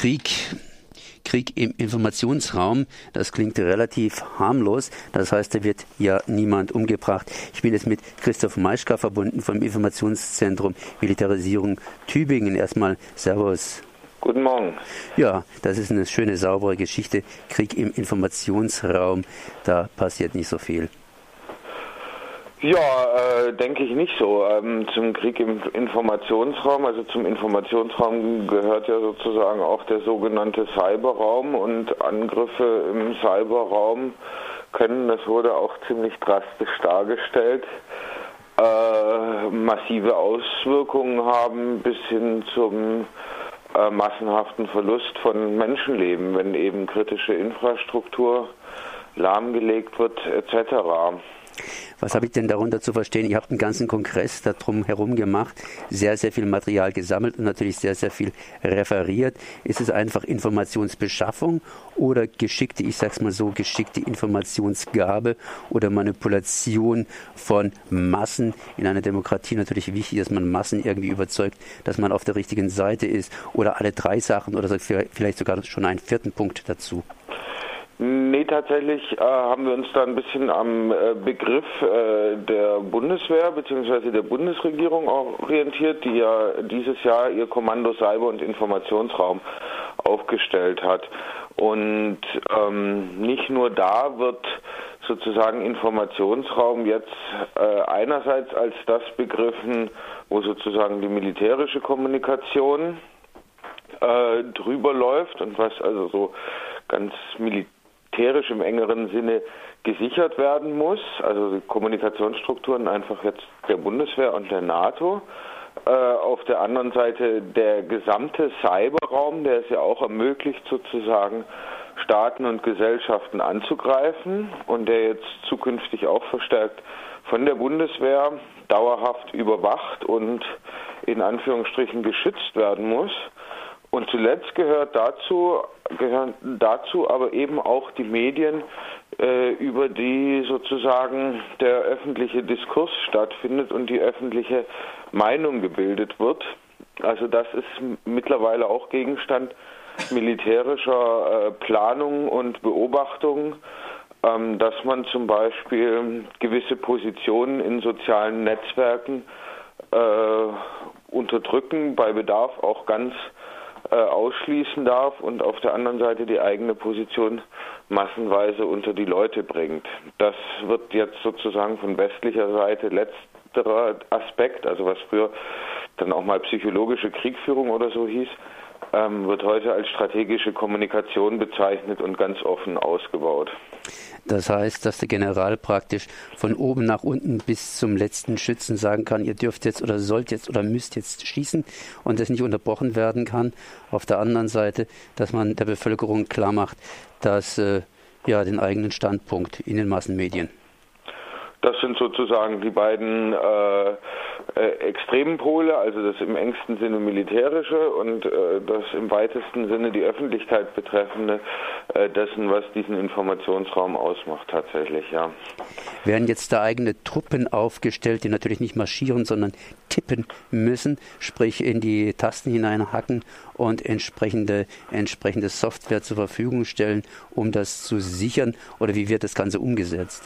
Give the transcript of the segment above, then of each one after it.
Krieg im Informationsraum, das klingt relativ harmlos. Das heißt, da wird ja niemand umgebracht. Ich bin jetzt mit Christoph Maischka verbunden vom Informationszentrum Militarisierung Tübingen. Erstmal Servus. Guten Morgen. Ja, das ist eine schöne, saubere Geschichte. Krieg im Informationsraum, da passiert nicht so viel. Ja, denke ich nicht so. Zum Krieg im Informationsraum, also zum Informationsraum gehört ja sozusagen auch der sogenannte Cyberraum, und Angriffe im Cyberraum können, das wurde auch ziemlich drastisch dargestellt, massive Auswirkungen haben bis hin zum massenhaften Verlust von Menschenleben, wenn eben kritische Infrastruktur lahmgelegt wird etc. Was habe ich denn darunter zu verstehen? Ihr habt einen ganzen Kongress darum herum gemacht, sehr, sehr viel Material gesammelt und natürlich sehr, sehr viel referiert. Ist es einfach Informationsbeschaffung oder geschickte, ich sag's mal so, geschickte Informationsgabe oder Manipulation von Massen? In einer Demokratie natürlich wichtig, dass man Massen irgendwie überzeugt, dass man auf der richtigen Seite ist, oder alle drei Sachen oder vielleicht sogar schon einen vierten Punkt dazu. Nee, tatsächlich haben wir uns da ein bisschen am Begriff der Bundeswehr bzw. der Bundesregierung orientiert, die ja dieses Jahr ihr Kommando Cyber- und Informationsraum aufgestellt hat. Und nicht nur da wird sozusagen Informationsraum jetzt einerseits als das begriffen, wo sozusagen die militärische Kommunikation drüber läuft und was also so ganz militärisch im engeren Sinne gesichert werden muss, also die Kommunikationsstrukturen einfach jetzt der Bundeswehr und der NATO. Auf der anderen Seite der gesamte Cyberraum, der es ja auch ermöglicht, sozusagen Staaten und Gesellschaften anzugreifen und der jetzt zukünftig auch verstärkt von der Bundeswehr dauerhaft überwacht und in Anführungsstrichen geschützt werden muss. Und zuletzt gehören dazu aber eben auch die Medien, über die sozusagen der öffentliche Diskurs stattfindet und die öffentliche Meinung gebildet wird. Also das ist mittlerweile auch Gegenstand militärischer Planung und Beobachtung, dass man zum Beispiel gewisse Positionen in sozialen Netzwerken unterdrücken, bei Bedarf auch ganz ausschließen darf und auf der anderen Seite die eigene Position massenweise unter die Leute bringt. Das wird jetzt sozusagen von westlicher Seite letzterer Aspekt, also was früher dann auch mal psychologische Kriegführung oder so hieß, wird heute als strategische Kommunikation bezeichnet und ganz offen ausgebaut. Das heißt, dass der General praktisch von oben nach unten bis zum letzten Schützen sagen kann, ihr dürft jetzt oder sollt jetzt oder müsst jetzt schießen und das nicht unterbrochen werden kann. Auf der anderen Seite, dass man der Bevölkerung klar macht, dass den eigenen Standpunkt in den Massenmedien. Das sind sozusagen die beiden extremen Pole, also das im engsten Sinne militärische und das im weitesten Sinne die Öffentlichkeit betreffende dessen, was diesen Informationsraum ausmacht tatsächlich, ja. Werden jetzt da eigene Truppen aufgestellt, die natürlich nicht marschieren, sondern tippen müssen, sprich in die Tasten hineinhacken und entsprechende Software zur Verfügung stellen, um das zu sichern, oder wie wird das Ganze umgesetzt?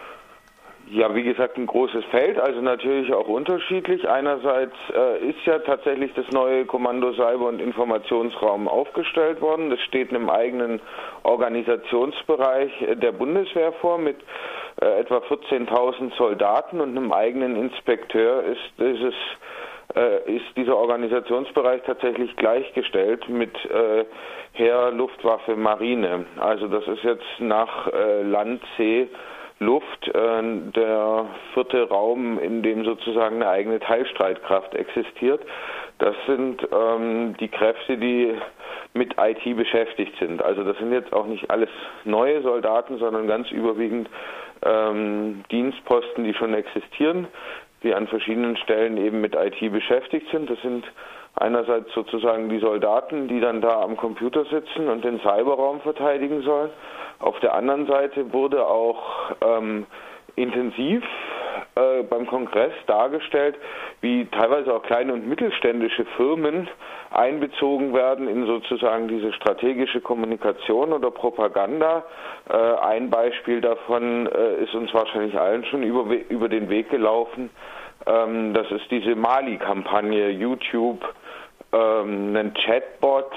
Ja, wie gesagt, ein großes Feld, also natürlich auch unterschiedlich. Einerseits ist ja tatsächlich das neue Kommando Cyber- und Informationsraum aufgestellt worden. Das steht in einem eigenen Organisationsbereich der Bundeswehr vor mit etwa 14.000 Soldaten und einem eigenen Inspekteur ist dieser Organisationsbereich tatsächlich gleichgestellt mit Heer, Luftwaffe, Marine. Also das ist jetzt nach Land, See, Luft der vierte Raum, in dem sozusagen eine eigene Teilstreitkraft existiert. Das sind die Kräfte, die mit IT beschäftigt sind. Also das sind jetzt auch nicht alles neue Soldaten, sondern ganz überwiegend Dienstposten, die schon existieren, die an verschiedenen Stellen eben mit IT beschäftigt sind. Das sind einerseits sozusagen die Soldaten, die dann da am Computer sitzen und den Cyberraum verteidigen sollen. Auf der anderen Seite wurde auch intensiv beim Kongress dargestellt, wie teilweise auch kleine und mittelständische Firmen einbezogen werden in sozusagen diese strategische Kommunikation oder Propaganda. Ein Beispiel davon ist uns wahrscheinlich allen schon über den Weg gelaufen. Das ist diese Mali-Kampagne, YouTube, einen Chatbot,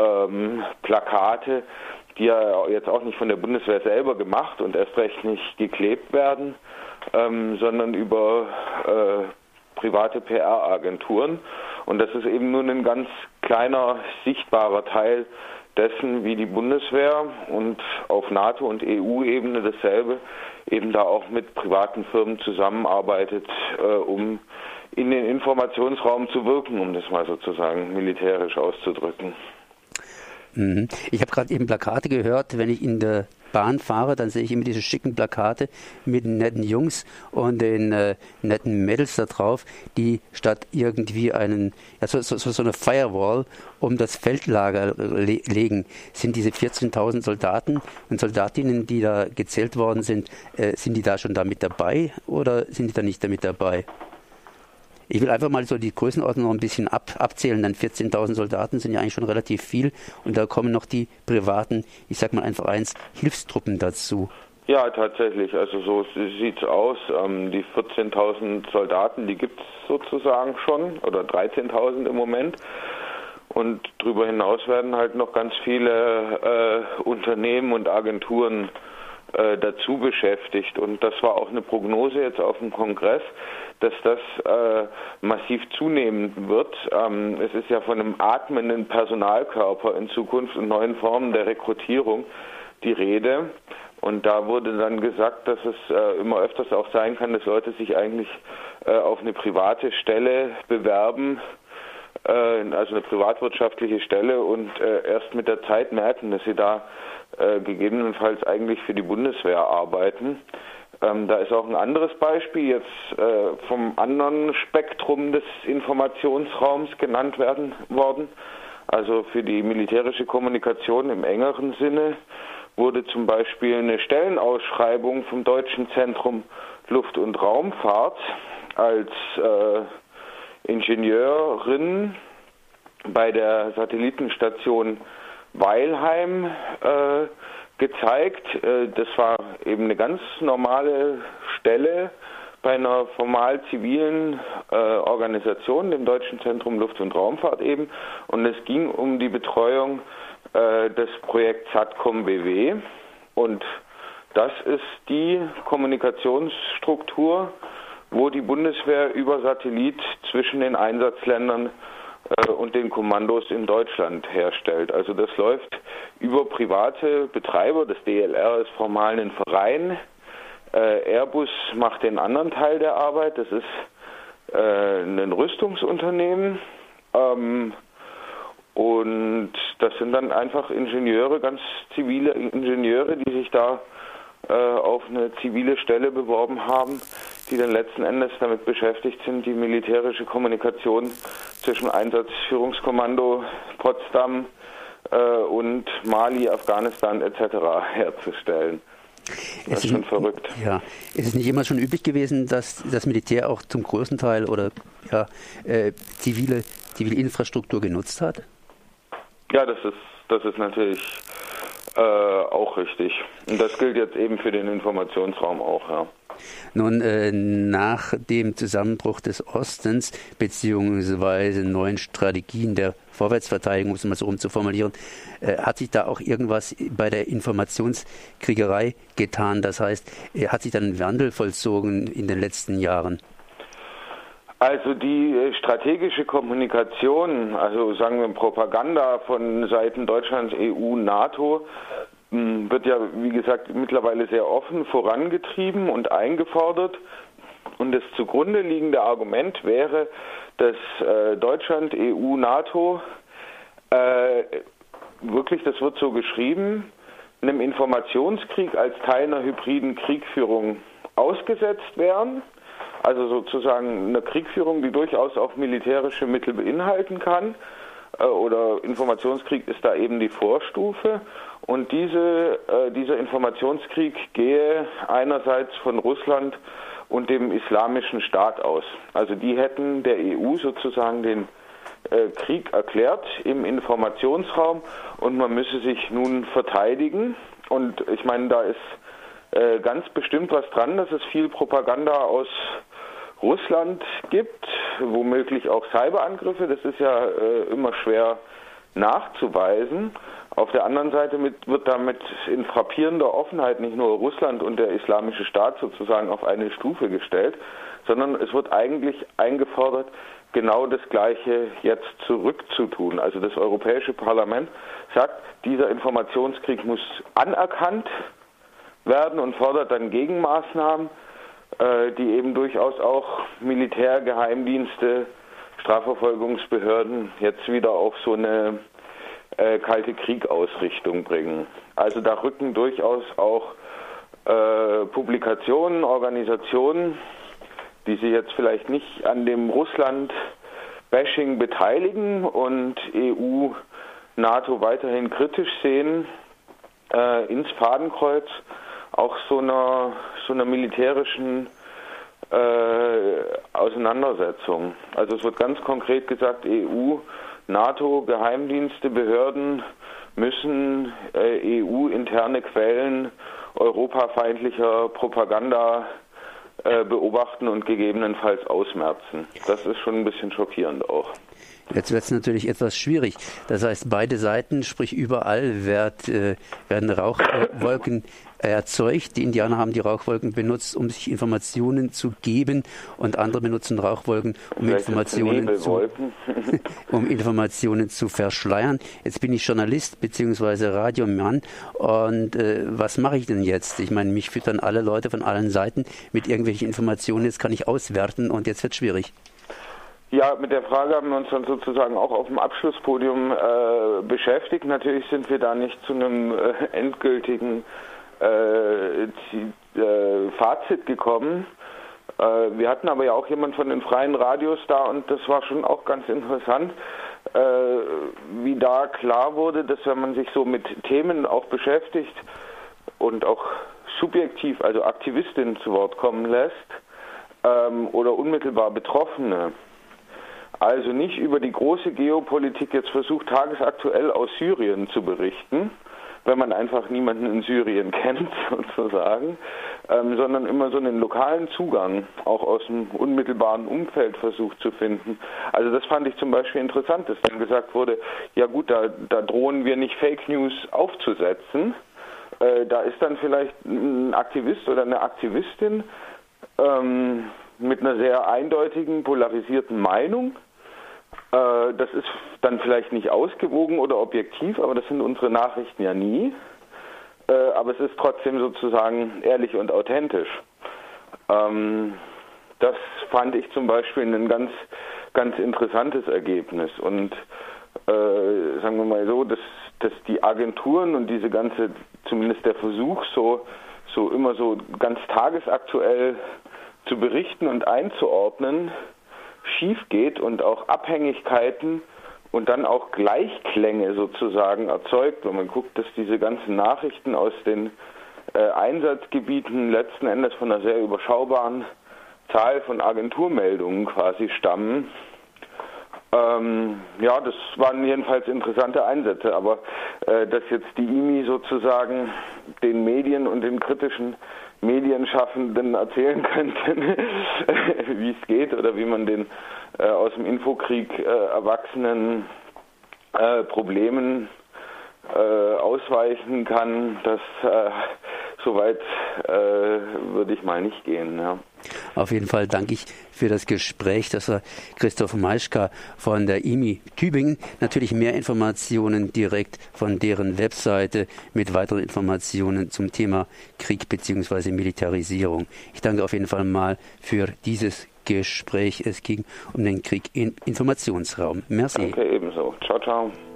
Plakate, die ja jetzt auch nicht von der Bundeswehr selber gemacht und erst recht nicht geklebt werden, sondern über private PR-Agenturen. Und das ist eben nur ein ganz kleiner, sichtbarer Teil dessen, wie die Bundeswehr und auf NATO- und EU-Ebene dasselbe eben da auch mit privaten Firmen zusammenarbeitet, um in den Informationsraum zu wirken, um das mal sozusagen militärisch auszudrücken. Ich habe gerade eben Plakate gehört, wenn ich in der Bahn fahre, dann sehe ich immer diese schicken Plakate mit den netten Jungs und den netten Mädels da drauf, die statt irgendwie so eine Firewall um das Feldlager legen. Sind diese 14.000 Soldaten und Soldatinnen, die da gezählt worden sind die da schon da mit dabei oder sind die da nicht damit dabei? Ich will einfach mal so die Größenordnung noch ein bisschen abzählen, denn 14.000 Soldaten sind ja eigentlich schon relativ viel und da kommen noch die privaten, ich sag mal einfach Hilfstruppen dazu. Ja, tatsächlich, also so sieht's aus. Die 14.000 Soldaten, die gibt's sozusagen schon, oder 13.000 im Moment. Und darüber hinaus werden halt noch ganz viele Unternehmen und Agenturen dazu beschäftigt. Und das war auch eine Prognose jetzt auf dem Kongress, dass das massiv zunehmen wird. Es ist ja von einem atmenden Personalkörper in Zukunft und neuen Formen der Rekrutierung die Rede. Und da wurde dann gesagt, dass es immer öfters auch sein kann, dass Leute sich eigentlich auf eine private Stelle bewerben, also eine privatwirtschaftliche Stelle und erst mit der Zeit merken, dass sie da gegebenenfalls eigentlich für die Bundeswehr arbeiten. Da ist auch ein anderes Beispiel jetzt vom anderen Spektrum des Informationsraums genannt worden. Also für die militärische Kommunikation im engeren Sinne wurde zum Beispiel eine Stellenausschreibung vom Deutschen Zentrum Luft- und Raumfahrt als Ingenieurin bei der Satellitenstation Weilheim gezeigt. Das war eben eine ganz normale Stelle bei einer formal zivilen Organisation, dem Deutschen Zentrum Luft- und Raumfahrt eben. Und es ging um die Betreuung des Projekts SATCOM BW. Und das ist die Kommunikationsstruktur, wo die Bundeswehr über Satellit zwischen den Einsatzländern und den Kommandos in Deutschland herstellt. Also das läuft über private Betreiber. Das DLR ist formal ein Verein. Airbus macht den anderen Teil der Arbeit. Das ist ein Rüstungsunternehmen. Und das sind dann einfach Ingenieure, ganz zivile Ingenieure, die sich da auf eine zivile Stelle beworben haben, die dann letzten Endes damit beschäftigt sind, die militärische Kommunikation zwischen Einsatzführungskommando Potsdam und Mali, Afghanistan etc. herzustellen. Das ist schon verrückt. Ja, ist es nicht immer schon üblich gewesen, dass das Militär auch zum größten Teil oder zivile Infrastruktur genutzt hat? Ja, das ist natürlich auch richtig. Und das gilt jetzt eben für den Informationsraum auch, ja. Nun, nach dem Zusammenbruch des Ostens beziehungsweise neuen Strategien der Vorwärtsverteidigung, um es mal so rumzuformulieren, hat sich da auch irgendwas bei der Informationskriegerei getan? Das heißt, hat sich dann ein Wandel vollzogen in den letzten Jahren? Also die strategische Kommunikation, also sagen wir Propaganda von Seiten Deutschlands, EU, NATO, wird ja, wie gesagt, mittlerweile sehr offen vorangetrieben und eingefordert. Und das zugrunde liegende Argument wäre, dass Deutschland, EU, NATO wirklich, das wird so geschrieben, einem Informationskrieg als Teil einer hybriden Kriegführung ausgesetzt wären. Also sozusagen eine Kriegführung, die durchaus auch militärische Mittel beinhalten kann. Oder Informationskrieg ist da eben die Vorstufe. Und dieser Informationskrieg gehe einerseits von Russland und dem Islamischen Staat aus. Also die hätten der EU sozusagen den Krieg erklärt im Informationsraum und man müsse sich nun verteidigen. Und ich meine, da ist ganz bestimmt was dran, dass es viel Propaganda aus Russland gibt, womöglich auch Cyberangriffe. Das ist ja immer schwer nachzuweisen. Auf der anderen Seite wird damit in frappierender Offenheit nicht nur Russland und der Islamische Staat sozusagen auf eine Stufe gestellt, sondern es wird eigentlich eingefordert, genau das Gleiche jetzt zurückzutun. Also das Europäische Parlament sagt, dieser Informationskrieg muss anerkannt werden und fordert dann Gegenmaßnahmen, die eben durchaus auch Militär, Geheimdienste, Strafverfolgungsbehörden jetzt wieder auf so eine kalte Krieg-Ausrichtung bringen. Also da rücken durchaus auch Publikationen, Organisationen, die sich jetzt vielleicht nicht an dem Russland-Bashing beteiligen und EU, NATO weiterhin kritisch sehen, ins Fadenkreuz auch so einer militärischen Auseinandersetzung. Also es wird ganz konkret gesagt, EU, NATO, Geheimdienste, Behörden müssen EU-interne Quellen europafeindlicher Propaganda beobachten und gegebenenfalls ausmerzen. Das ist schon ein bisschen schockierend auch. Jetzt wird es natürlich etwas schwierig. Das heißt, beide Seiten, sprich überall, werden Rauchwolken erzeugt. Die Indianer haben die Rauchwolken benutzt, um sich Informationen zu geben, und andere benutzen Rauchwolken, um Informationen zu verschleiern. Jetzt bin ich Journalist bzw. Radiomann, und was mache ich denn jetzt? Ich meine, mich füttern alle Leute von allen Seiten mit irgendwelchen Informationen. Jetzt kann ich auswerten und jetzt wird es schwierig. Ja, mit der Frage haben wir uns dann sozusagen auch auf dem Abschlusspodium beschäftigt. Natürlich sind wir da nicht zu einem endgültigen Fazit gekommen. Wir hatten aber ja auch jemand von den freien Radios da, und das war schon auch ganz interessant, wie da klar wurde, dass wenn man sich so mit Themen auch beschäftigt und auch subjektiv, also Aktivistinnen zu Wort kommen lässt oder unmittelbar Betroffene, also nicht über die große Geopolitik jetzt versucht, tagesaktuell aus Syrien zu berichten, wenn man einfach niemanden in Syrien kennt, sozusagen, sondern immer so einen lokalen Zugang auch aus dem unmittelbaren Umfeld versucht zu finden. Also das fand ich zum Beispiel interessant, dass dann gesagt wurde, ja gut, da drohen wir nicht Fake News aufzusetzen. Da ist dann vielleicht ein Aktivist oder eine Aktivistin mit einer sehr eindeutigen, polarisierten Meinung. Das ist dann vielleicht nicht ausgewogen oder objektiv, aber das sind unsere Nachrichten ja nie. Aber es ist trotzdem sozusagen ehrlich und authentisch. Das fand ich zum Beispiel ein ganz, ganz interessantes Ergebnis. Und sagen wir mal so, dass die Agenturen und diese ganze, zumindest der Versuch, so immer so ganz tagesaktuell zu berichten und einzuordnen, schief geht und auch Abhängigkeiten und dann auch Gleichklänge sozusagen erzeugt, wenn man guckt, dass diese ganzen Nachrichten aus den Einsatzgebieten letzten Endes von einer sehr überschaubaren Zahl von Agenturmeldungen quasi stammen. Ja, das waren jedenfalls interessante Einsätze, aber dass jetzt die IMI sozusagen den Medien und den kritischen Medienschaffenden erzählen könnten, wie es geht oder wie man den aus dem Infokrieg erwachsenen Problemen ausweichen kann, das soweit würde ich mal nicht gehen. Ja. Auf jeden Fall danke ich für das Gespräch. Das war Christoph Maischka von der IMI Tübingen. Natürlich mehr Informationen direkt von deren Webseite mit weiteren Informationen zum Thema Krieg bzw. Militarisierung. Ich danke auf jeden Fall mal für dieses Gespräch. Es ging um den Krieg im Informationsraum. Merci. Danke ebenso. Ciao, ciao.